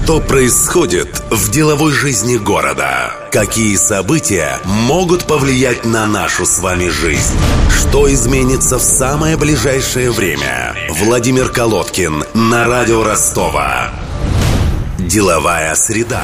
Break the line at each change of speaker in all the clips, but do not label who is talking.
Что происходит в деловой жизни города? Какие события могут повлиять на нашу с вами жизнь? Что изменится в самое ближайшее время? Владимир Колодкин на радио Ростова. Деловая среда.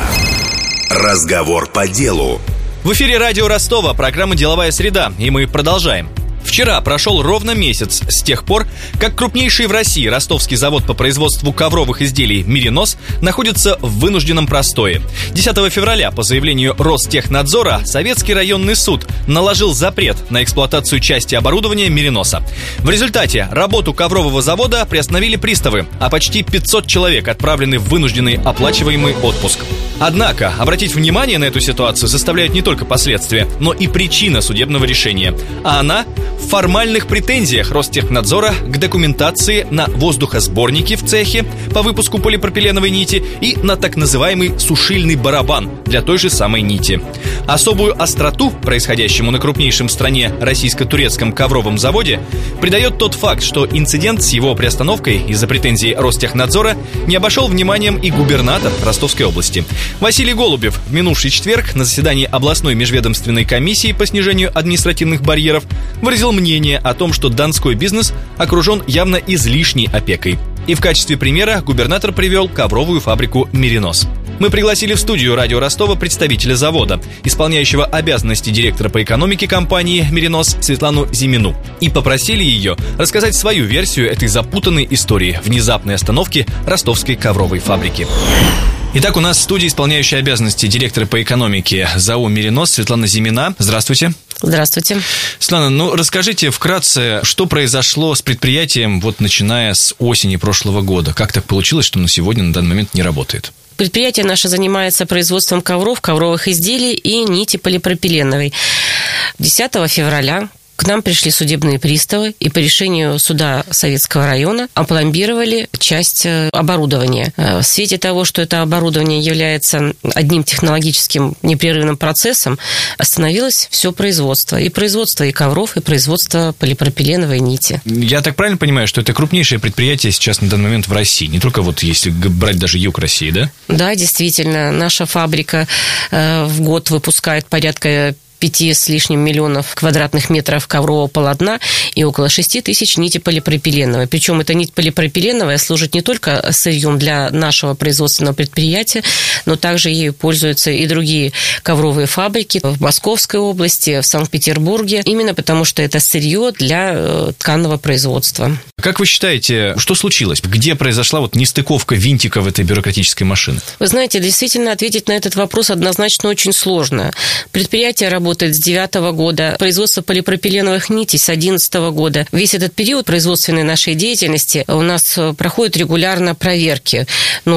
Разговор по делу.
В эфире радио Ростова, программа «Деловая среда», и мы продолжаем. Вчера прошел ровно месяц с тех пор, как крупнейший в России ростовский завод по производству ковровых изделий «Миринос» находится в вынужденном простое. 10 февраля по заявлению Ростехнадзора Советский районный суд наложил запрет на эксплуатацию части оборудования «Мириноса». В результате работу коврового завода приостановили приставы, а почти 500 человек отправлены в вынужденный оплачиваемый отпуск. Однако, обратить внимание на эту ситуацию заставляют не только последствия, но и причина судебного решения. А она в формальных претензиях Ростехнадзора к документации на воздухосборники в цехе по выпуску полипропиленовой нити и на так называемый сушильный барабан для той же самой нити. Особую остроту происходящему на крупнейшем в стране российско-турецком ковровом заводе придает тот факт, что инцидент с его приостановкой из-за претензий Ростехнадзора не обошел вниманием и губернатор Ростовской области. Василий Голубев в минувший четверг на заседании областной межведомственной комиссии по снижению административных барьеров выразил мнение о том, что донской бизнес окружен явно излишней опекой. И в качестве примера губернатор привел ковровую фабрику «Миринос». Мы пригласили в студию радио Ростова представителя завода, исполняющего обязанности директора по экономике компании «Миринос» Светлану Зимину, и попросили ее рассказать свою версию этой запутанной истории внезапной остановки ростовской ковровой фабрики. Итак, у нас в студии исполняющая обязанности директора по экономике ЗАО «Миринос» Светлана Зимина. Здравствуйте.
Здравствуйте.
Светлана, расскажите вкратце, что произошло с предприятием, начиная с осени прошлого года. Как так получилось, что на сегодня, на данный момент, не работает?
Предприятие наше занимается производством ковров, ковровых изделий и нити полипропиленовой. 10 февраля к нам пришли судебные приставы и по решению суда Советского района опломбировали часть оборудования. В свете того, что это оборудование является одним технологическим непрерывным процессом, остановилось все производство. И производство и ковров, и производство полипропиленовой нити.
Я так правильно понимаю, что это крупнейшее предприятие сейчас на данный момент в России? Не только если брать даже юг России, да?
Да, действительно. Наша фабрика в год выпускает порядка 5 с лишним миллионов квадратных метров коврового полотна и около 6 тысяч нити полипропиленовой. Причем эта нить полипропиленовая служит не только сырьем для нашего производственного предприятия, но также ею пользуются и другие ковровые фабрики в Московской области, в Санкт-Петербурге, именно потому что это сырье для тканного производства.
Как вы считаете, что случилось? Где произошла нестыковка винтиков этой бюрократической машины?
Вы знаете, действительно ответить на этот вопрос однозначно очень сложно. Предприятие работает с 2009 года, производство полипропиленовых нитей с 2011 года. Весь этот период производственной нашей деятельности у нас проходят регулярно проверки.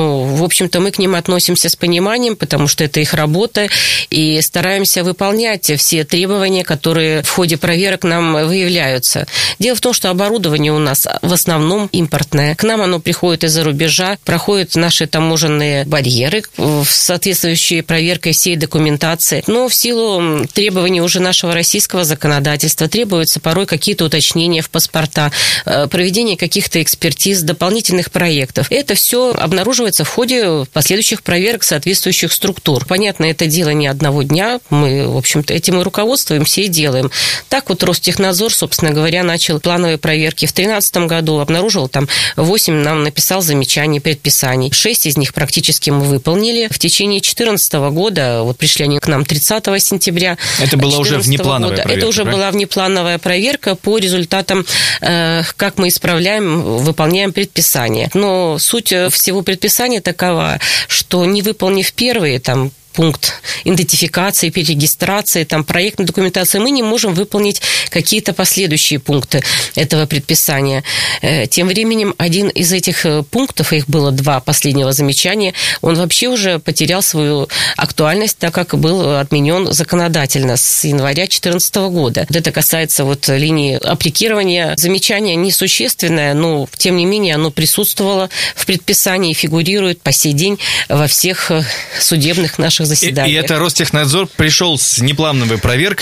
В общем-то, мы к ним относимся с пониманием, потому что это их работа, и стараемся выполнять все требования, которые в ходе проверок нам выявляются. Дело в том, что оборудование у нас в основном импортное. К нам оно приходит из-за рубежа, проходят наши таможенные барьеры, соответствующие проверкой всей документации. Но в силу требований уже нашего российского законодательства требуются порой какие-то уточнения в паспорта, проведение каких-то экспертиз, дополнительных проектов. Это все обнаруживается в ходе последующих проверок соответствующих структур. Понятно, это дело не одного дня. Мы, в общем-то, этим и руководствуемся и делаем. Так Ростехнадзор, собственно говоря, начал плановые проверки в 2013 году, обнаружил 8, нам написал замечаний, предписаний. 6 из них практически мы выполнили. В течение 2014 года, пришли они к нам 30 сентября.
Это была уже внеплановая проверка?
Это уже была внеплановая проверка по результатам, как мы исправляем, выполняем предписания. Но суть всего предписания такова, что не выполнив первые пункт идентификации, перерегистрации, проектной документации, мы не можем выполнить какие-то последующие пункты этого предписания. Тем временем один из этих пунктов, их было 2 последнего замечания, он вообще уже потерял свою актуальность, так как был отменен законодательно с января 2014 года. Это касается линии аппликирования. Замечание несущественное, но тем не менее оно присутствовало в предписании и фигурирует по сей день во всех судебных наших заседаниях.
И это Ростехнадзор пришел с неплановой проверкой и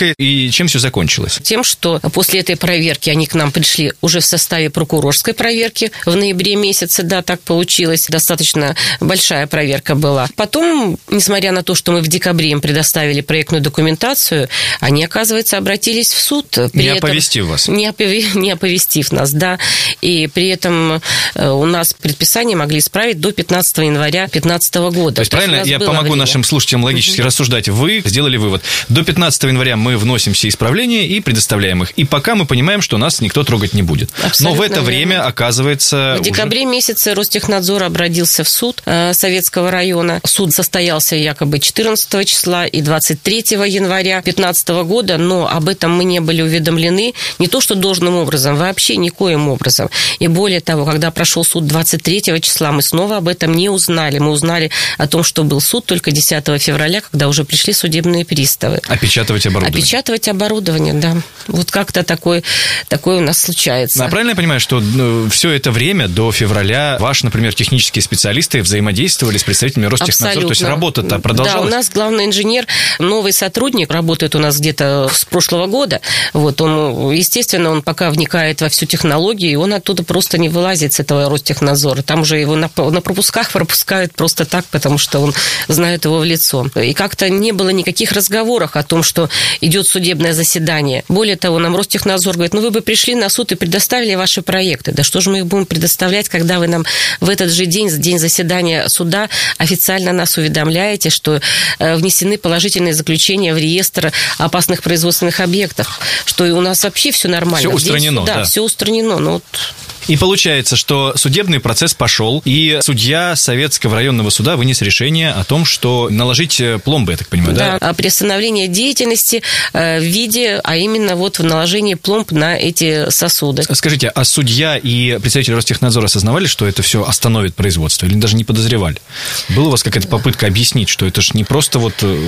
И чем все закончилось?
Тем, что после этой проверки они к нам пришли уже в составе прокурорской проверки в ноябре месяце, да, так получилось. Достаточно большая проверка была. Потом, несмотря на то, что мы в декабре им предоставили проектную документацию, они, оказывается, обратились в суд.
Не оповестив вас.
Не оповестив нас, да. И при этом у нас предписание могли исправить до 15 января 2015 года.
То есть, правильно, я помогу нашим слушателям логически рассуждать. Вы сделали вывод. До 15 января мы вносим все исправления и предоставляем их. И пока мы понимаем, что нас никто трогать не будет. Абсолютно. Но в это время, оказывается...
В декабре месяце Ростехнадзор обратился в суд Советского района. Суд состоялся якобы 14 числа и 23 января 2015 года, но об этом мы не были уведомлены не то что должным образом, вообще никоим образом. И более того, когда прошел суд 23 числа, мы снова об этом не узнали. Мы узнали о том, что был суд только 10 февраля, когда уже пришли судебные приставы.
Опечатывать оборудование.
Опечатывать оборудование, да. Вот как-то такое у нас случается.
А правильно я понимаю, что все это время до февраля ваши, например, технические специалисты взаимодействовали с представителями Ростехнадзора?
Абсолютно.
То есть работа-то продолжалась?
Да, у нас главный инженер, новый сотрудник, работает у нас где-то с прошлого года. Вот он, естественно, он пока вникает во всю технологию, и он оттуда просто не вылазит с этого Ростехнадзора. Там уже его на пропусках пропускают просто так, потому что он знает его в лицо. И как-то не было никаких разговоров о том, что идет судебное заседание. Более того, нам Ростехнадзор говорит, вы бы пришли на суд и предоставили ваши проекты. Да что же мы их будем предоставлять, когда вы нам в этот же день заседания суда, официально нас уведомляете, что внесены положительные заключения в реестр опасных производственных объектов, что у нас вообще все нормально.
Все устранено,
да. Все устранено.
И получается, что судебный процесс пошел, и судья Советского районного суда вынес решение о том, что наложить пломбы, я так понимаю, да?
Да, приостановление деятельности в виде, а именно в наложении пломб на эти сосуды.
Скажите, а судья и представители Ростехнадзора осознавали, что это все остановит производство, или даже не подозревали? Была у вас какая-то попытка объяснить, что это же не просто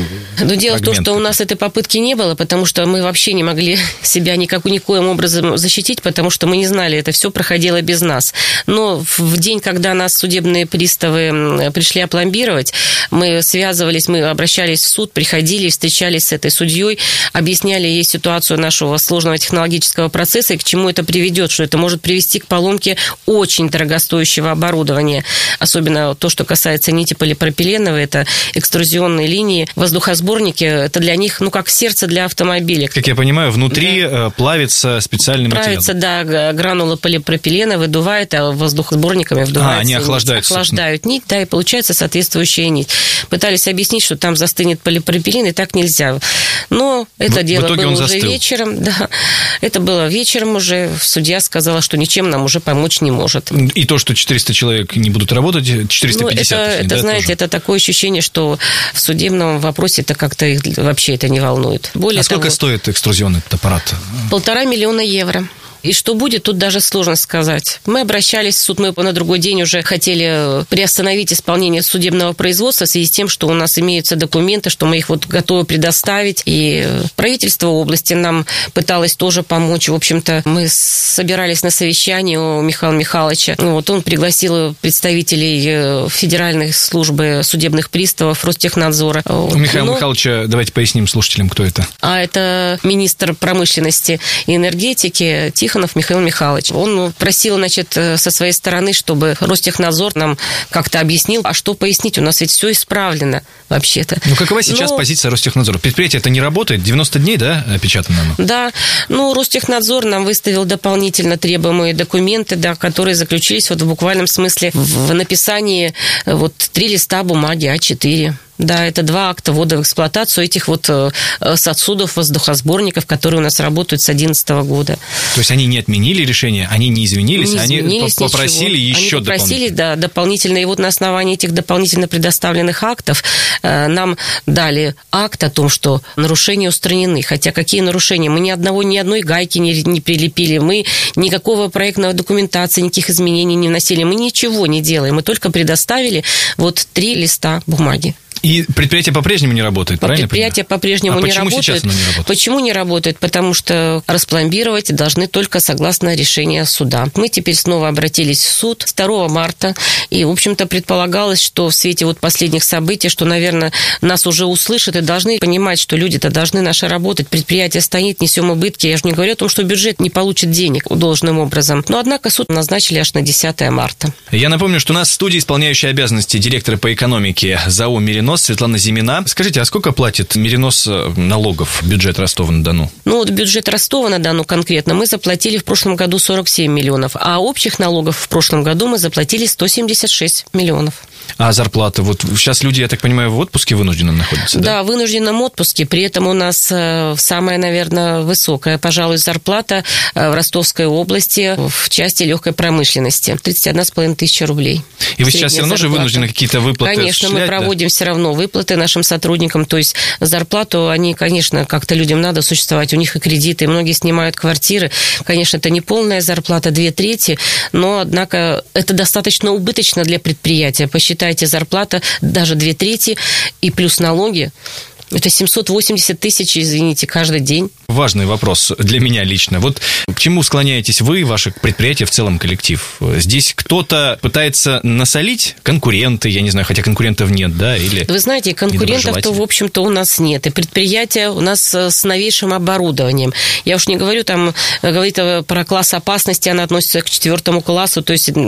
Но дело в том, что у нас этой попытки не было, потому что мы вообще не могли себя никоим образом защитить, потому что мы не знали, это все проходило без нас. Но в день, когда нас судебные приставы пришли опломбировать, мы связывались, мы обращались в суд, приходили, встречались с этой судьей, объясняли ей ситуацию нашего сложного технологического процесса и к чему это приведет, что это может привести к поломке очень дорогостоящего оборудования. Особенно то, что касается нити полипропиленовой, это экструзионные линии, воздухосборники, это для них, как сердце для автомобиля.
Как я понимаю, внутри плавится специальный материал.
Плавится, да, гранула полипропилена, выдувает, а воздухосборниками вдувается.
Они охлаждают
нить, да, и получается соответствующая нить. Пытались объяснить, что там застынет полипропилен, и так нельзя. Но это дело было уже вечером. Да, это было вечером уже. Судья сказала, что ничем нам уже помочь не может.
И то, что 400 человек не будут работать, 450.
Это знаете, тоже. Это такое ощущение, что в судебном вопросе это как-то их вообще это не волнует. Более
сколько стоит экструзионный аппарат?
1,5 миллиона евро. И что будет, тут даже сложно сказать. Мы обращались в суд, мы на другой день уже хотели приостановить исполнение судебного производства в связи с тем, что у нас имеются документы, что мы их готовы предоставить. И правительство области нам пыталось тоже помочь. В общем-то, мы собирались на совещании у Михаила Михайловича. Он пригласил представителей Федеральной службы судебных приставов, Ростехнадзора.
У Михаила Михайловича, давайте поясним слушателям, кто это.
Это министр промышленности и энергетики Тихонов Михаил Михайлович. Он просил, со своей стороны, чтобы Ростехнадзор нам как-то объяснил, а что пояснить, у нас ведь все исправлено вообще-то.
Какова сейчас позиция Ростехнадзора? Предприятие это не работает, 90 дней, да, опечатано оно?
Да, Ростехнадзор нам выставил дополнительно требуемые документы, да, которые заключились в буквальном смысле в написании 3 листа бумаги А4. Да, это 2 акта ввода в эксплуатацию этих сосудов, воздухосборников, которые у нас работают с 2011 года.
То есть они не отменили решение, они не извинились, они попросили еще дополнительно? Они попросили,
да, дополнительно. И на основании этих дополнительно предоставленных актов нам дали акт о том, что нарушения устранены. Хотя какие нарушения? Мы ни одной гайки не прилепили, мы никакого проектной документации, никаких изменений не вносили, мы ничего не делаем, мы только предоставили 3 листа бумаги.
И предприятие по-прежнему не работает, правильно?
Предприятие по-прежнему не работает.
Сейчас оно не работает?
Почему не работает? Потому что распломбировать должны только согласно решению суда. Мы теперь снова обратились в суд 2 марта, и, в общем-то, предполагалось, что в свете вот последних событий, что, наверное, нас уже услышат и должны понимать, что люди-то должны наши работать, предприятие стоит, несем убытки. Я же не говорю о том, что бюджет не получит денег должным образом. Но, однако, суд назначили аж на 10 марта.
Я напомню, что у нас в студии исполняющая обязанности директора по экономике ЗАО «Миринос» Светлана Зимина. Скажите, а сколько платит Миринос налогов в бюджет Ростова-на-Дону?
Ну, вот бюджет Ростова-на-Дону конкретно мы заплатили в прошлом году 47 миллионов, а общих налогов в прошлом году мы заплатили 176 миллионов.
А зарплата? Вот сейчас люди, я так понимаю, в отпуске вынуждены находятся, да? Да,
в вынужденном отпуске. При этом у нас самая, наверное, высокая, пожалуй, зарплата в Ростовской области в части легкой промышленности. 31,5 тысячи рублей.
И вы сейчас все равно же вынуждены какие-то выплаты
Конечно,
осуществлять,
мы проводим все равно выплаты нашим сотрудникам. То есть зарплату они, конечно, как-то людям надо существовать. У них и кредиты, многие снимают квартиры. Конечно, это не полная зарплата, 2/3, но, однако, это достаточно убыточно для предприятия. Посчитайте, зарплата даже 2/3 и плюс налоги. Это 780 тысяч, извините, каждый день.
Важный вопрос для меня лично. Вот к чему склоняетесь вы, ваше предприятие, в целом коллектив? Здесь кто-то пытается насолить, конкуренты, я не знаю, хотя конкурентов нет, да? Или
вы знаете, конкурентов-то, в общем-то, у нас нет. И предприятие у нас с новейшим оборудованием. Я уж не говорю, там, говорит про класс опасности, она относится к 4 классу, то есть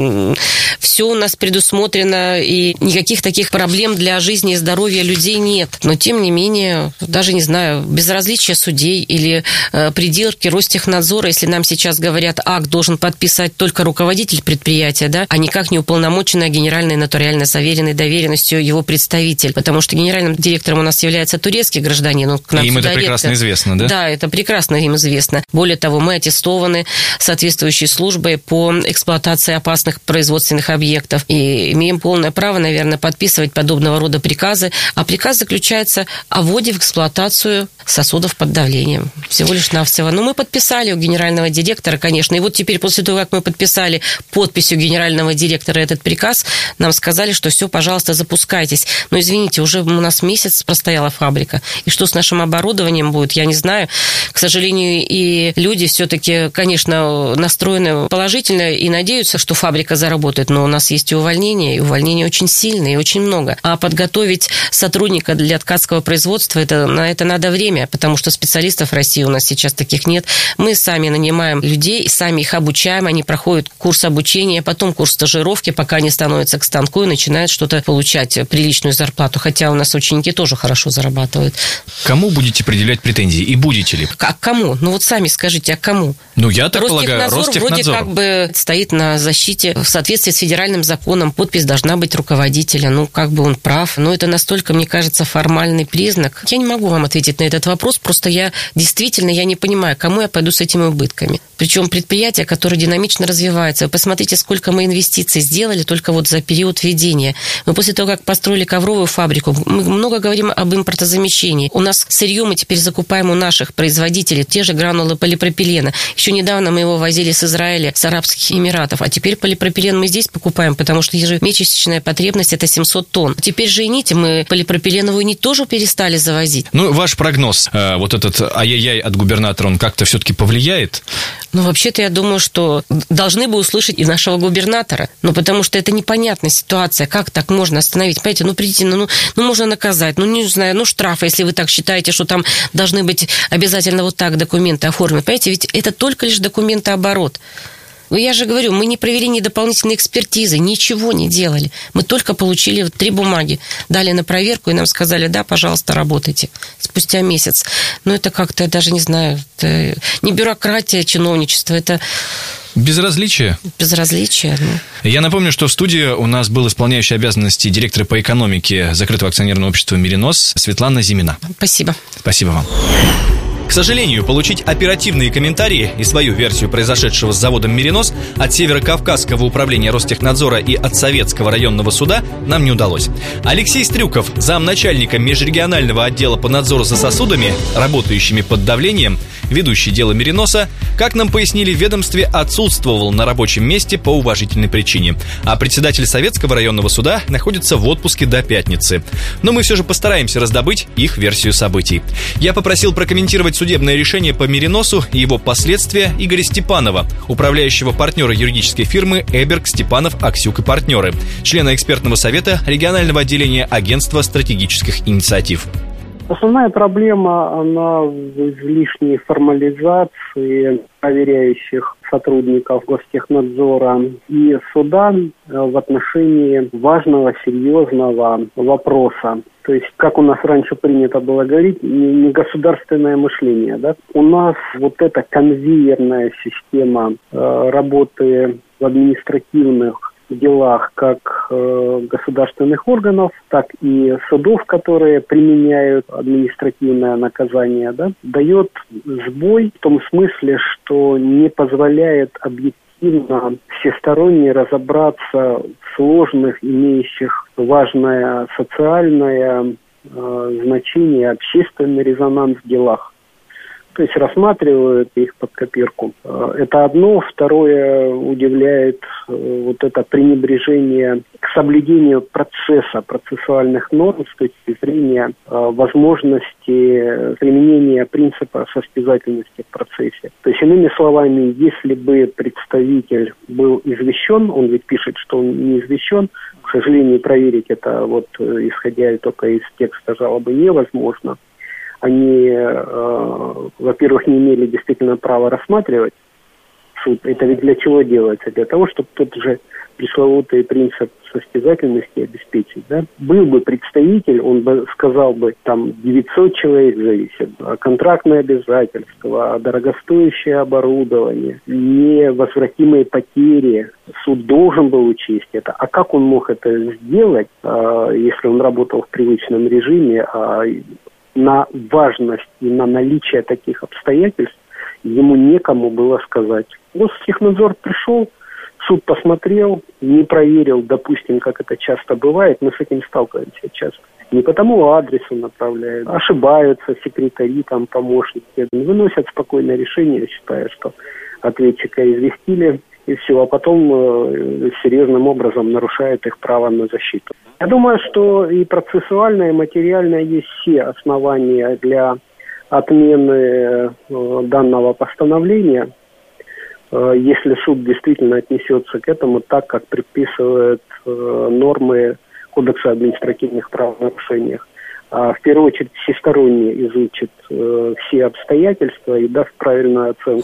все у нас предусмотрено, и никаких таких проблем для жизни и здоровья людей нет. Но, тем не менее, даже, не знаю, безразличие судей или придирки Ростехнадзора, если нам сейчас говорят, акт должен подписать только руководитель предприятия, да, а никак не уполномоченный генеральный нотариально заверенный доверенностью его представитель, потому что генеральным директором у нас является турецкий гражданин.
И им это прекрасно известно, да?
Да, это прекрасно им известно. Более того, мы аттестованы соответствующей службой по эксплуатации опасных производственных объектов и имеем полное право, наверное, подписывать подобного рода приказы, а приказ заключается о вводе в эксплуатацию сосудов под давлением. Всего лишь навсего. Но мы подписали у генерального директора, конечно. И вот теперь, после того, как мы подписали подписью генерального директора этот приказ, нам сказали, что все, пожалуйста, запускайтесь. Но, извините, уже у нас месяц простояла фабрика. И что с нашим оборудованием будет, я не знаю. К сожалению, и люди все-таки, конечно, настроены положительно и надеются, что фабрика заработает. Но у нас есть и увольнения очень сильные, и очень много. А подготовить сотрудника для ткацкого производства, на это надо время, потому что специалистов в России у нас сейчас таких нет. Мы сами нанимаем людей, сами их обучаем, они проходят курс обучения, потом курс стажировки, пока они становятся к станку и начинают что-то получать, приличную зарплату, хотя у нас ученики тоже хорошо зарабатывают.
Кому будете предъявлять претензии и будете ли?
А кому? Ну вот сами скажите, а кому?
Ну я так полагаю,
Ростехнадзор вроде как бы стоит на защите в соответствии с федеральным законом, подпись должна быть руководителя, ну как бы он прав, но это настолько, мне кажется, формальный признак. Я не могу вам ответить на этот вопрос, просто я не понимаю, кому я пойду с этими убытками. Причем предприятие, которое динамично развивается. Вы посмотрите, сколько мы инвестиций сделали только вот за период введения. Мы после того, как построили ковровую фабрику, мы много говорим об импортозамещении. У нас сырье мы теперь закупаем у наших производителей, те же гранулы полипропилена. Еще недавно мы его возили с Израиля, с Арабских Эмиратов, а теперь полипропилен мы здесь покупаем, потому что ежемесячная потребность это 700 тонн. Теперь же и нити мы полипропиленовую нить тоже перестали завозить.
Ну, ваш прогноз, вот этот ай-яй-яй от губернатора, он как-то все-таки повлияет?
Ну, вообще-то я думаю, что должны бы услышать и нашего губернатора. Ну, потому что это непонятная ситуация. Как так можно остановить? Понимаете, ну, придите, можно наказать. Ну, не знаю, штрафы, если вы так считаете, что там должны быть обязательно вот так документы оформлены. Понимаете, ведь это только лишь документооборот. Я же говорю, мы не провели ни дополнительной экспертизы, ничего не делали. Мы только получили 3 бумаги, дали на проверку, и нам сказали, да, пожалуйста, работайте. Спустя месяц. Но это как-то, я даже не знаю, это не бюрократия, чиновничество, это...
Безразличие?
Безразличие,
Я напомню, что в студии у нас был исполняющий обязанности директора по экономике закрытого акционерного общества «Миринос» Светлана Зимина.
Спасибо.
Спасибо вам. К сожалению, получить оперативные комментарии и свою версию произошедшего с заводом «Миринос» от Северо-Кавказского управления Ростехнадзора и от Советского районного суда нам не удалось. Алексей Стрюков, замначальника межрегионального отдела по надзору за сосудами, работающими под давлением, ведущий дело Миреноса, как нам пояснили в ведомстве, отсутствовал на рабочем месте по уважительной причине, а председатель Советского районного суда находится в отпуске до пятницы. Но мы все же постараемся раздобыть их версию событий. Я попросил прокомментировать судебное решение по Миреносу и его последствия Игоря Степанова, управляющего партнера юридической фирмы «Эберг, Степанов, Аксюк и партнеры», члена экспертного совета регионального отделения Агентства стратегических инициатив.
Основная проблема, она в излишней формализации проверяющих сотрудников Гостехнадзора и суда в отношении важного, серьезного вопроса. То есть, как у нас раньше принято было говорить, не государственное мышление. Да? У нас вот эта конвейерная система работы в административных делах как государственных органов, так и судов, которые применяют административное наказание, да, дает сбой в том смысле, что не позволяет объективно всесторонне разобраться в сложных, имеющих важное социальное значение, общественный резонанс делах. То есть рассматривают их под копирку. Это одно. Второе, удивляет вот это пренебрежение к соблюдению процессуальных норм с точки зрения возможности применения принципа состязательности в процессе. То есть, иными словами, если бы представитель был извещен, он ведь пишет, что он не извещен, к сожалению, проверить это, вот исходя только из текста жалобы, невозможно. Они, во-первых, не имели действительно права рассматривать суд. Это ведь для чего делается? Для того, чтобы тот же пресловутый принцип состязательности обеспечить. Да? Был бы представитель, он бы сказал бы, там 900 человек зависит, контрактные обязательства, дорогостоящее оборудование, невозвратимые потери. Суд должен был учесть это. А как он мог это сделать, если он работал в привычном режиме, на важность и на наличие таких обстоятельств ему некому было сказать. Гостехнадзор пришел, суд посмотрел, не проверил, допустим, как это часто бывает, мы с этим сталкиваемся часто. Не по тому адресу направляют, ошибаются секретари, там, помощники, выносят спокойное решение, считая, что ответчика известили, и все, а потом серьезным образом нарушают их право на защиту. Я думаю, что и процессуально, и материально есть все основания для отмены данного постановления, если суд действительно отнесется к этому так, как предписывают нормы Кодекса административных правонарушений. В первую очередь всесторонне изучит все обстоятельства и даст правильную оценку.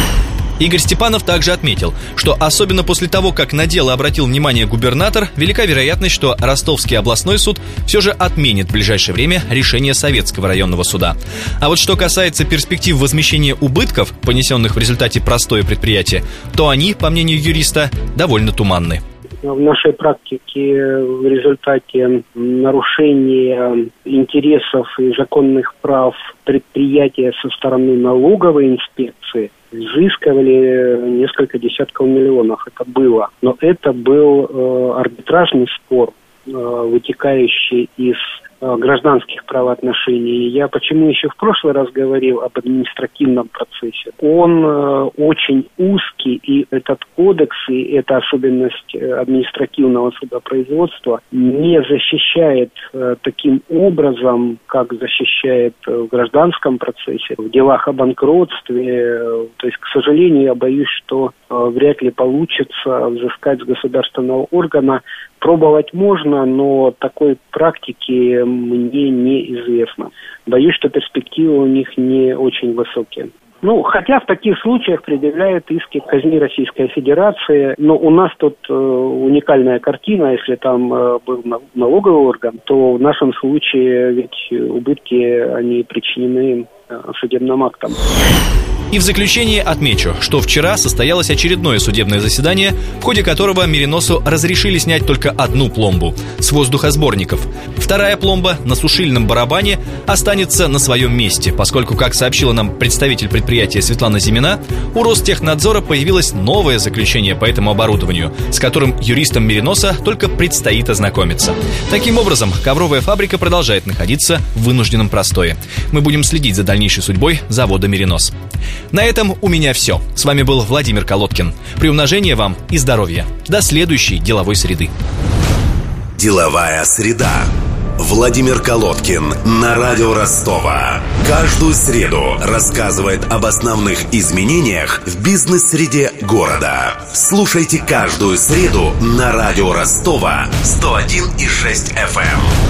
Игорь Степанов также отметил, что особенно после того, как на дело обратил внимание губернатор, велика вероятность, что Ростовский областной суд все же отменит в ближайшее время решение Советского районного суда. А вот что касается перспектив возмещения убытков, понесенных в результате простоя предприятия, то они, по мнению юриста, довольно туманны.
В нашей практике в результате нарушения интересов и законных прав предприятия со стороны налоговой инспекции взыскивали несколько десятков миллионов. Это было. Но это был арбитражный спор, вытекающий из гражданских правоотношений. Я почему еще в прошлый раз говорил об административном процессе. Он очень узкий, и этот кодекс, и эта особенность административного судопроизводства не защищает таким образом, как защищает в гражданском процессе, в делах о банкротстве. То есть, к сожалению, я боюсь, что вряд ли получится взыскать с государственного органа. Пробовать можно, но такой практики мне неизвестно. Боюсь, что перспективы у них не очень высокие. Хотя в таких случаях предъявляют иски к казни Российской Федерации, но у нас тут уникальная картина. Если там был налоговый орган, то в нашем случае ведь убытки, они причинены судебным актом.
И в заключение отмечу, что вчера состоялось очередное судебное заседание, в ходе которого Миреносу разрешили снять только одну пломбу с воздухосборников. Вторая пломба на сушильном барабане останется на своем месте, поскольку, как сообщила нам представитель предприятия Светлана Зимина, у Ростехнадзора появилось новое заключение по этому оборудованию, с которым юристам Миреноса только предстоит ознакомиться. Таким образом, ковровая фабрика продолжает находиться в вынужденном простое. Мы будем следить за дальнейшим дальнейшей судьбой завода «Миринос». На этом у меня все. С вами был Владимир Колодкин. Приумножения вам и здоровья. До следующей деловой среды.
Деловая среда. Владимир Колодкин на радио Ростова. Каждую среду рассказывает об основных изменениях в бизнес-среде города. Слушайте каждую среду на радио Ростова 101,6 FM.